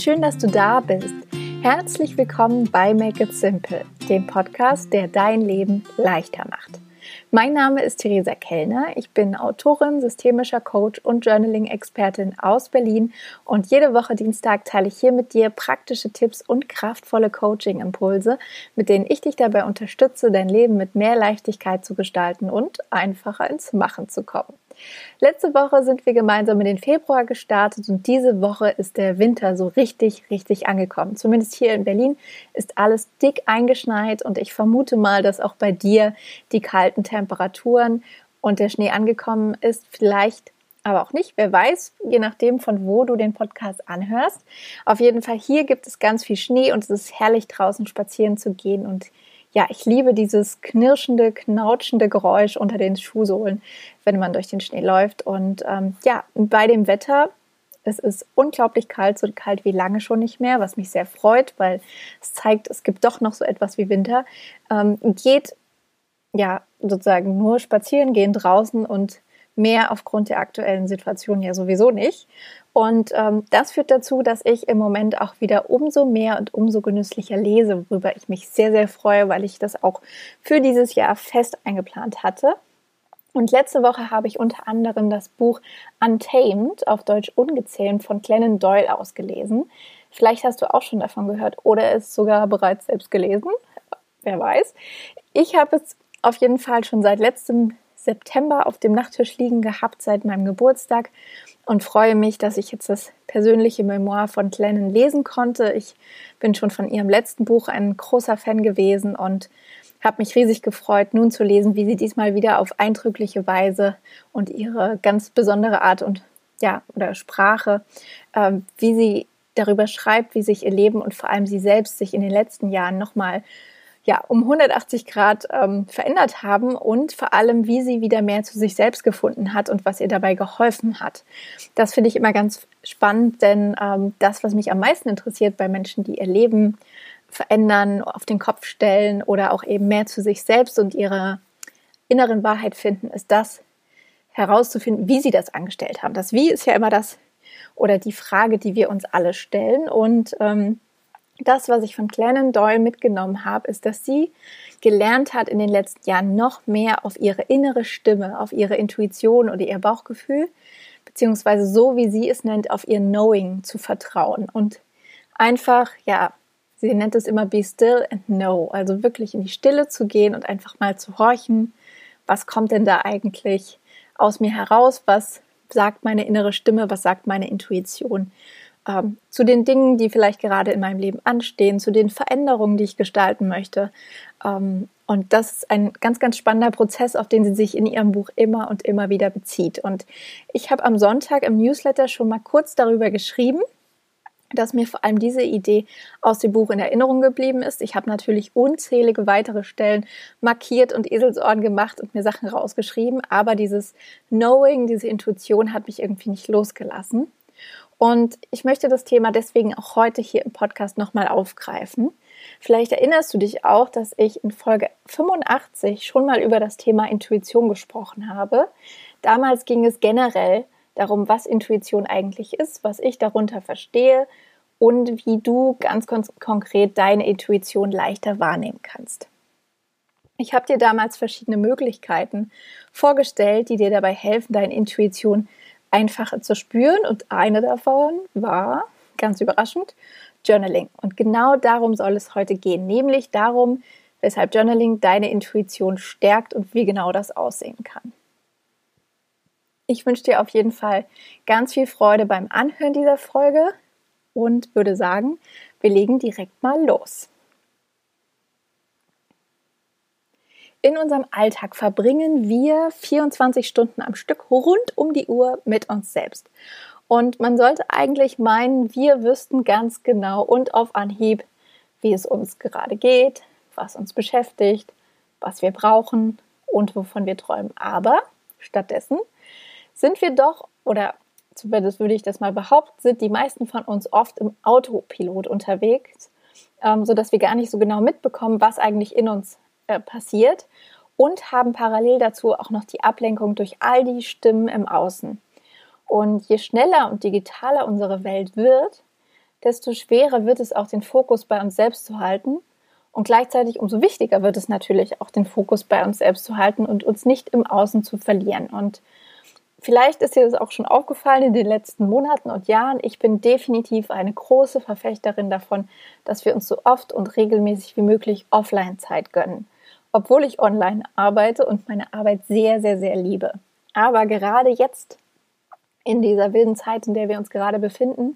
schön, dass du da bist. Herzlich willkommen bei Make It Simple, dem Podcast, der dein Leben leichter macht. Mein Name ist Theresa Kellner, ich bin Autorin, systemischer Coach und Journaling-Expertin aus Berlin und jede Woche Dienstag teile ich hier mit dir praktische Tipps und kraftvolle Coaching-Impulse, mit denen ich dich dabei unterstütze, dein Leben mit mehr Leichtigkeit zu gestalten und einfacher ins Machen zu kommen. Letzte Woche sind wir gemeinsam in den Februar gestartet und diese Woche ist der Winter so richtig angekommen. Zumindest hier in Berlin ist alles dick eingeschneit und ich vermute mal, dass auch bei dir die kalten Temperaturen und der Schnee angekommen ist. Vielleicht aber auch nicht, wer weiß, je nachdem, von wo du den Podcast anhörst. Auf jeden Fall, hier gibt es ganz viel Schnee und es ist herrlich, draußen spazieren zu gehen und ja, ich liebe dieses knirschende, knautschende Geräusch unter den Schuhsohlen, wenn man durch den Schnee läuft. Und bei dem Wetter, es ist unglaublich kalt, so kalt wie lange schon nicht mehr, was mich sehr freut, weil es zeigt, es gibt doch noch so etwas wie Winter. Geht ja sozusagen nur spazieren gehen draußen und mehr aufgrund der aktuellen Situation ja sowieso nicht. Und das führt dazu, dass ich im Moment auch wieder umso mehr und umso genüsslicher lese, worüber ich mich sehr freue, weil ich das auch für dieses Jahr fest eingeplant hatte. Und letzte Woche habe ich unter anderem das Buch Untamed, auf Deutsch Ungezähmt, von Glennon Doyle ausgelesen. Vielleicht hast du auch schon davon gehört oder es sogar bereits selbst gelesen. Wer weiß. Ich habe es auf jeden Fall schon seit letztem September auf dem Nachttisch liegen gehabt, seit meinem Geburtstag, und freue mich, dass ich jetzt das persönliche Memoir von Glennon lesen konnte. Ich bin schon von ihrem letzten Buch ein großer Fan gewesen und habe mich riesig gefreut, nun zu lesen, wie sie diesmal wieder auf eindrückliche Weise und ihre ganz besondere Art oder Sprache, wie sie darüber schreibt, wie sich ihr Leben und vor allem sie selbst sich in den letzten Jahren nochmal um 180 Grad verändert haben und vor allem, wie sie wieder mehr zu sich selbst gefunden hat und was ihr dabei geholfen hat. Das finde ich immer ganz spannend, denn das, was mich am meisten interessiert bei Menschen, die ihr Leben verändern, auf den Kopf stellen oder auch eben mehr zu sich selbst und ihrer inneren Wahrheit finden, ist das herauszufinden, wie sie das angestellt haben. Das Wie ist ja immer das oder die Frage, die wir uns alle stellen. Und das, was ich von Glennon Doyle mitgenommen habe, ist, dass sie gelernt hat, in den letzten Jahren noch mehr auf ihre innere Stimme, auf ihre Intuition oder ihr Bauchgefühl, beziehungsweise so, wie sie es nennt, auf ihr Knowing zu vertrauen und einfach, sie nennt es immer be still and know, also wirklich in die Stille zu gehen und einfach mal zu horchen, was kommt denn da eigentlich aus mir heraus, was sagt meine innere Stimme, was sagt meine Intuition. Zu den Dingen, die vielleicht gerade in meinem Leben anstehen, zu den Veränderungen, die ich gestalten möchte. Und das ist ein ganz spannender Prozess, auf den sie sich in ihrem Buch immer und immer wieder bezieht. Und ich habe am Sonntag im Newsletter schon mal kurz darüber geschrieben, dass mir vor allem diese Idee aus dem Buch in Erinnerung geblieben ist. Ich habe natürlich unzählige weitere Stellen markiert und Eselsohren gemacht und mir Sachen rausgeschrieben, aber dieses Knowing, diese Intuition hat mich irgendwie nicht losgelassen. Und ich möchte das Thema deswegen auch heute hier im Podcast nochmal aufgreifen. Vielleicht erinnerst du dich auch, dass ich in Folge 85 schon mal über das Thema Intuition gesprochen habe. Damals ging es generell darum, was Intuition eigentlich ist, was ich darunter verstehe und wie du ganz konkret deine Intuition leichter wahrnehmen kannst. Ich habe dir damals verschiedene Möglichkeiten vorgestellt, die dir dabei helfen, deine Intuition einfacher zu spüren, und eine davon war, ganz überraschend, Journaling. Und genau darum soll es heute gehen, nämlich darum, weshalb Journaling deine Intuition stärkt und wie genau das aussehen kann. Ich wünsche dir auf jeden Fall ganz viel Freude beim Anhören dieser Folge und würde sagen, wir legen direkt mal los. In unserem Alltag verbringen wir 24 Stunden am Stück rund um die Uhr mit uns selbst. Und man sollte eigentlich meinen, wir wüssten ganz genau und auf Anhieb, wie es uns gerade geht, was uns beschäftigt, was wir brauchen und wovon wir träumen. Aber stattdessen sind wir doch, oder zumindest würde ich das mal behaupten, sind die meisten von uns oft im Autopilot unterwegs, sodass wir gar nicht so genau mitbekommen, was eigentlich in uns passiert, und haben parallel dazu auch noch die Ablenkung durch all die Stimmen im Außen. Und je schneller und digitaler unsere Welt wird, desto schwerer wird es auch, den Fokus bei uns selbst zu halten. Und gleichzeitig umso wichtiger wird es natürlich auch, den Fokus bei uns selbst zu halten und uns nicht im Außen zu verlieren. Und vielleicht ist dir das auch schon aufgefallen in den letzten Monaten und Jahren. Ich bin definitiv eine große Verfechterin davon, dass wir uns so oft und regelmäßig wie möglich Offline-Zeit gönnen. Obwohl ich online arbeite und meine Arbeit sehr, sehr, sehr liebe. Aber gerade jetzt, in dieser wilden Zeit, in der wir uns gerade befinden,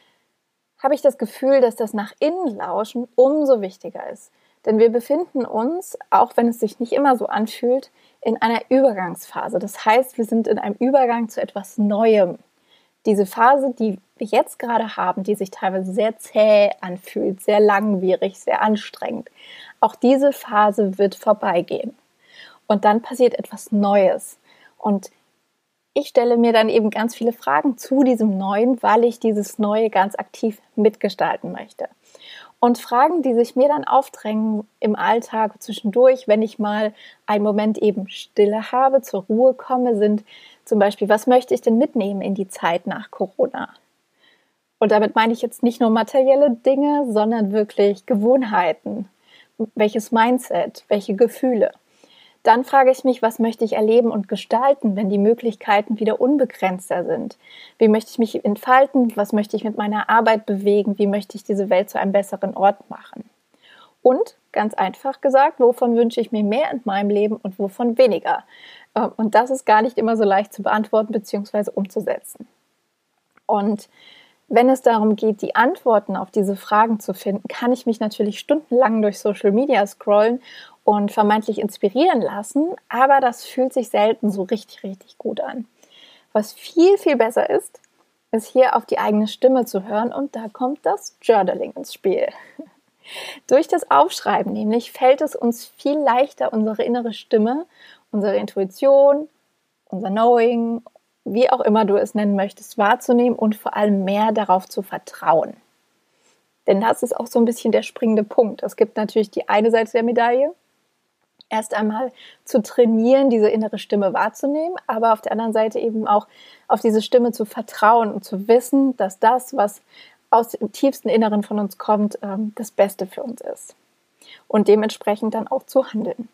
habe ich das Gefühl, dass das nach innen lauschen umso wichtiger ist. Denn wir befinden uns, auch wenn es sich nicht immer so anfühlt, in einer Übergangsphase. Das heißt, wir sind in einem Übergang zu etwas Neuem. Diese Phase, die wir jetzt gerade haben, die sich teilweise sehr zäh anfühlt, sehr langwierig, sehr anstrengend, auch diese Phase wird vorbeigehen. Und dann passiert etwas Neues. Und ich stelle mir dann eben ganz viele Fragen zu diesem Neuen, weil ich dieses Neue ganz aktiv mitgestalten möchte. Und Fragen, die sich mir dann aufdrängen im Alltag zwischendurch, wenn ich mal einen Moment eben Stille habe, zur Ruhe komme, sind zum Beispiel, was möchte ich denn mitnehmen in die Zeit nach Corona? Und damit meine ich jetzt nicht nur materielle Dinge, sondern wirklich Gewohnheiten. Welches Mindset, welche Gefühle? Dann frage ich mich, was möchte ich erleben und gestalten, wenn die Möglichkeiten wieder unbegrenzter sind? Wie möchte ich mich entfalten? Was möchte ich mit meiner Arbeit bewegen? Wie möchte ich diese Welt zu einem besseren Ort machen? Und, ganz einfach gesagt, wovon wünsche ich mir mehr in meinem Leben und wovon weniger? Und das ist gar nicht immer so leicht zu beantworten bzw. umzusetzen. Und wenn es darum geht, die Antworten auf diese Fragen zu finden, kann ich mich natürlich stundenlang durch Social Media scrollen und vermeintlich inspirieren lassen, aber das fühlt sich selten so richtig, richtig gut an. Was viel, viel besser ist, ist hier auf die eigene Stimme zu hören und da kommt das Journaling ins Spiel. Durch das Aufschreiben nämlich fällt es uns viel leichter, unsere innere Stimme, unsere Intuition, unser Knowing, wie auch immer du es nennen möchtest, wahrzunehmen und vor allem mehr darauf zu vertrauen. Denn das ist auch so ein bisschen der springende Punkt. Es gibt natürlich die eine Seite der Medaille, erst einmal zu trainieren, diese innere Stimme wahrzunehmen, aber auf der anderen Seite eben auch auf diese Stimme zu vertrauen und zu wissen, dass das, was aus dem tiefsten Inneren von uns kommt, das Beste für uns ist. Und dementsprechend dann auch zu handeln.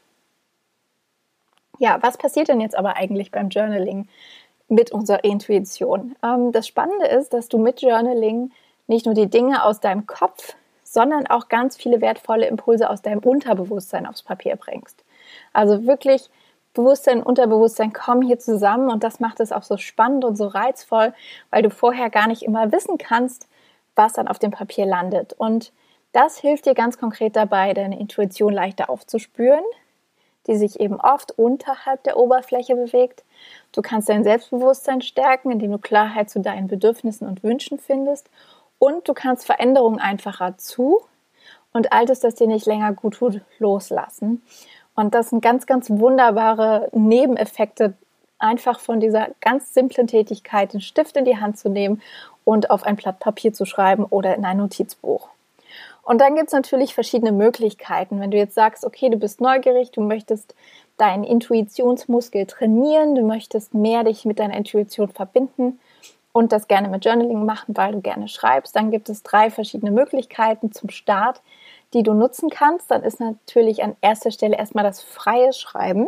Ja, was passiert denn jetzt aber eigentlich beim Journaling mit unserer Intuition? Das Spannende ist, dass du mit Journaling nicht nur die Dinge aus deinem Kopf, sondern auch ganz viele wertvolle Impulse aus deinem Unterbewusstsein aufs Papier bringst. Also wirklich Bewusstsein und Unterbewusstsein kommen hier zusammen und das macht es auch so spannend und so reizvoll, weil du vorher gar nicht immer wissen kannst, was dann auf dem Papier landet. Und das hilft dir ganz konkret dabei, deine Intuition leichter aufzuspüren, die sich eben oft unterhalb der Oberfläche bewegt. Du kannst dein Selbstbewusstsein stärken, indem du Klarheit zu deinen Bedürfnissen und Wünschen findest. Und du kannst Veränderungen einfacher zu und Altes, das dir nicht länger gut tut, loslassen. Und das sind ganz, ganz wunderbare Nebeneffekte, einfach von dieser ganz simplen Tätigkeit, den Stift in die Hand zu nehmen und auf ein Blatt Papier zu schreiben oder in ein Notizbuch. Und dann gibt es natürlich verschiedene Möglichkeiten. Wenn du jetzt sagst, okay, du bist neugierig, du möchtest deinen Intuitionsmuskel trainieren, du möchtest mehr dich mit deiner Intuition verbinden und das gerne mit Journaling machen, weil du gerne schreibst, dann gibt es 3 verschiedene Möglichkeiten zum Start, die du nutzen kannst. Dann ist natürlich an erster Stelle erstmal das freie Schreiben,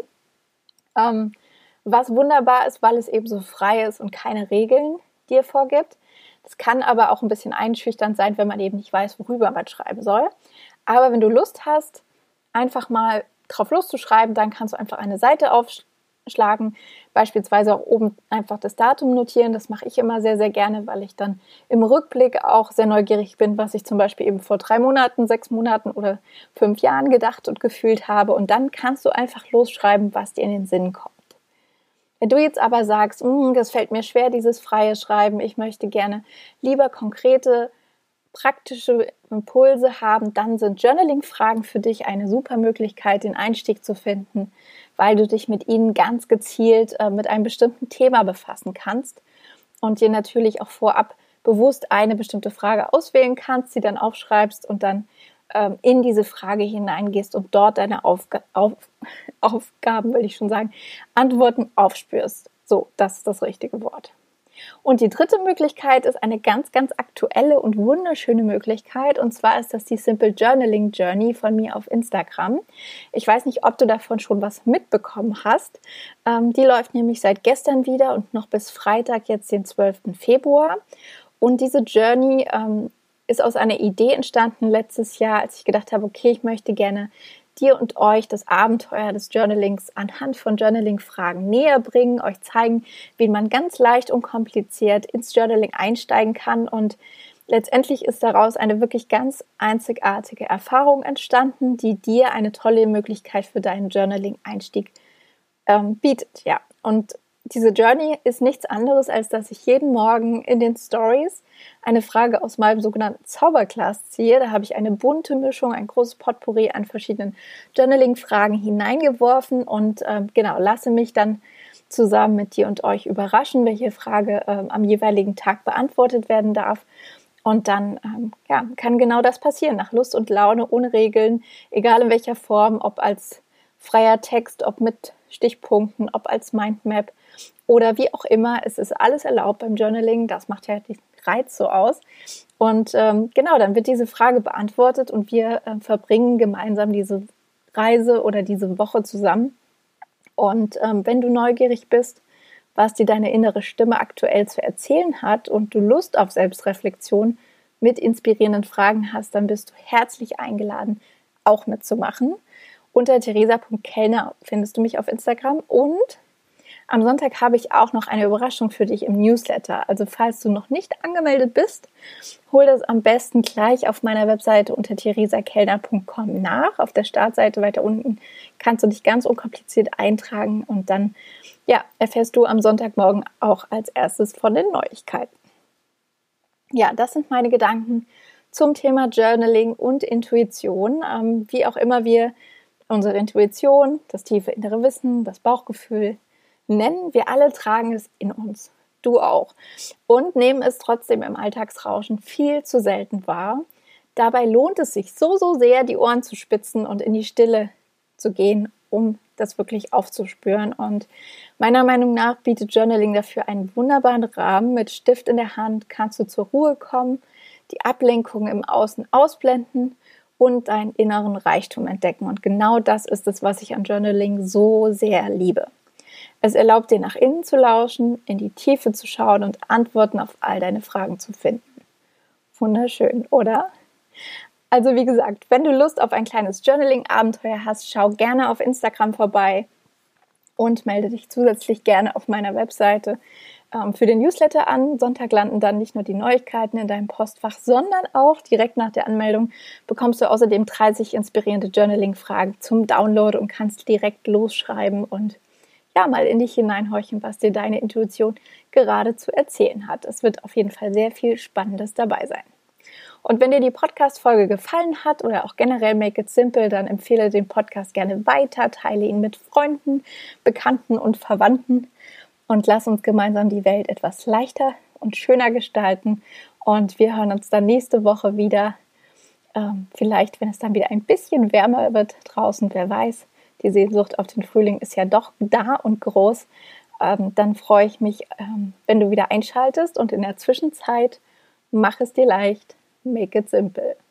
was wunderbar ist, weil es eben so frei ist und keine Regeln dir vorgibt. Das kann aber auch ein bisschen einschüchternd sein, wenn man eben nicht weiß, worüber man schreiben soll. Aber wenn du Lust hast, einfach mal drauf loszuschreiben, dann kannst du einfach eine Seite aufschlagen, beispielsweise auch oben einfach das Datum notieren. Das mache ich immer sehr, sehr gerne, weil ich dann im Rückblick auch sehr neugierig bin, was ich zum Beispiel eben vor 3 Monaten, 6 Monaten oder 5 Jahren gedacht und gefühlt habe. Und dann kannst du einfach losschreiben, was dir in den Sinn kommt. Wenn du jetzt aber sagst, das fällt mir schwer, dieses freie Schreiben, ich möchte gerne lieber konkrete, praktische Impulse haben, dann sind Journaling-Fragen für dich eine super Möglichkeit, den Einstieg zu finden, weil du dich mit ihnen ganz gezielt mit einem bestimmten Thema befassen kannst und dir natürlich auch vorab bewusst eine bestimmte Frage auswählen kannst, sie dann aufschreibst und dann in diese Frage hineingehst und dort deine Aufgaben, will ich schon sagen, Antworten aufspürst. So, das ist das richtige Wort. Und die dritte Möglichkeit ist eine ganz, ganz aktuelle und wunderschöne Möglichkeit. Und zwar ist das die Simple Journaling Journey von mir auf Instagram. Ich weiß nicht, ob du davon schon was mitbekommen hast. Die läuft nämlich seit gestern wieder und noch bis Freitag, jetzt den 12. Februar. Und diese Journey ist aus einer Idee entstanden letztes Jahr, als ich gedacht habe, okay, ich möchte gerne dir und euch das Abenteuer des Journalings anhand von Journaling-Fragen näher bringen, euch zeigen, wie man ganz leicht und kompliziert ins Journaling einsteigen kann. Und letztendlich ist daraus eine wirklich ganz einzigartige Erfahrung entstanden, die dir eine tolle Möglichkeit für deinen Journaling-Einstieg bietet. Ja, und diese Journey ist nichts anderes, als dass ich jeden Morgen in den Stories eine Frage aus meinem sogenannten Zauberglas ziehe. Da habe ich eine bunte Mischung, ein großes Potpourri an verschiedenen Journaling-Fragen hineingeworfen und lasse mich dann zusammen mit dir und euch überraschen, welche Frage am jeweiligen Tag beantwortet werden darf. Und dann kann genau das passieren, nach Lust und Laune, ohne Regeln, egal in welcher Form, ob als freier Text, ob mit Stichpunkten, ob als Mindmap oder wie auch immer. Es ist alles erlaubt beim Journaling. Das macht ja den Reiz so aus. Und dann wird diese Frage beantwortet und wir verbringen gemeinsam diese Reise oder diese Woche zusammen. Und wenn du neugierig bist, was dir deine innere Stimme aktuell zu erzählen hat und du Lust auf Selbstreflexion mit inspirierenden Fragen hast, dann bist du herzlich eingeladen, auch mitzumachen. Unter theresa.kellner findest du mich auf Instagram und am Sonntag habe ich auch noch eine Überraschung für dich im Newsletter. Also falls du noch nicht angemeldet bist, hol das am besten gleich auf meiner Webseite unter theresakellner.com nach. Auf der Startseite weiter unten kannst du dich ganz unkompliziert eintragen und dann erfährst du am Sonntagmorgen auch als erstes von den Neuigkeiten. Ja, das sind meine Gedanken zum Thema Journaling und Intuition. Wie auch immer wir unsere Intuition, das tiefe innere Wissen, das Bauchgefühl nennen, wir alle tragen es in uns. Du auch. Und nehmen es trotzdem im Alltagsrauschen viel zu selten wahr. Dabei lohnt es sich so sehr, die Ohren zu spitzen und in die Stille zu gehen, um das wirklich aufzuspüren. Und meiner Meinung nach bietet Journaling dafür einen wunderbaren Rahmen. Mit Stift in der Hand kannst du zur Ruhe kommen, die Ablenkung im Außen ausblenden und deinen inneren Reichtum entdecken. Und genau das ist es, was ich an Journaling so sehr liebe. Es erlaubt dir, nach innen zu lauschen, in die Tiefe zu schauen und Antworten auf all deine Fragen zu finden. Wunderschön, oder? Also wie gesagt, wenn du Lust auf ein kleines Journaling-Abenteuer hast, schau gerne auf Instagram vorbei und melde dich zusätzlich gerne auf meiner Webseite für den Newsletter an. Sonntag landen dann nicht nur die Neuigkeiten in deinem Postfach, sondern auch direkt nach der Anmeldung bekommst du außerdem 30 inspirierende Journaling-Fragen zum Download und kannst direkt losschreiben und mal in dich hineinhorchen, was dir deine Intuition gerade zu erzählen hat. Es wird auf jeden Fall sehr viel Spannendes dabei sein. Und wenn dir die Podcast-Folge gefallen hat oder auch generell Make It Simple, dann empfehle den Podcast gerne weiter, teile ihn mit Freunden, Bekannten und Verwandten und lass uns gemeinsam die Welt etwas leichter und schöner gestalten. Und wir hören uns dann nächste Woche wieder, vielleicht, wenn es dann wieder ein bisschen wärmer wird draußen, wer weiß. Die Sehnsucht auf den Frühling ist ja doch da und groß. Dann freue ich mich, wenn du wieder einschaltest und in der Zwischenzeit mach es dir leicht, make it simple.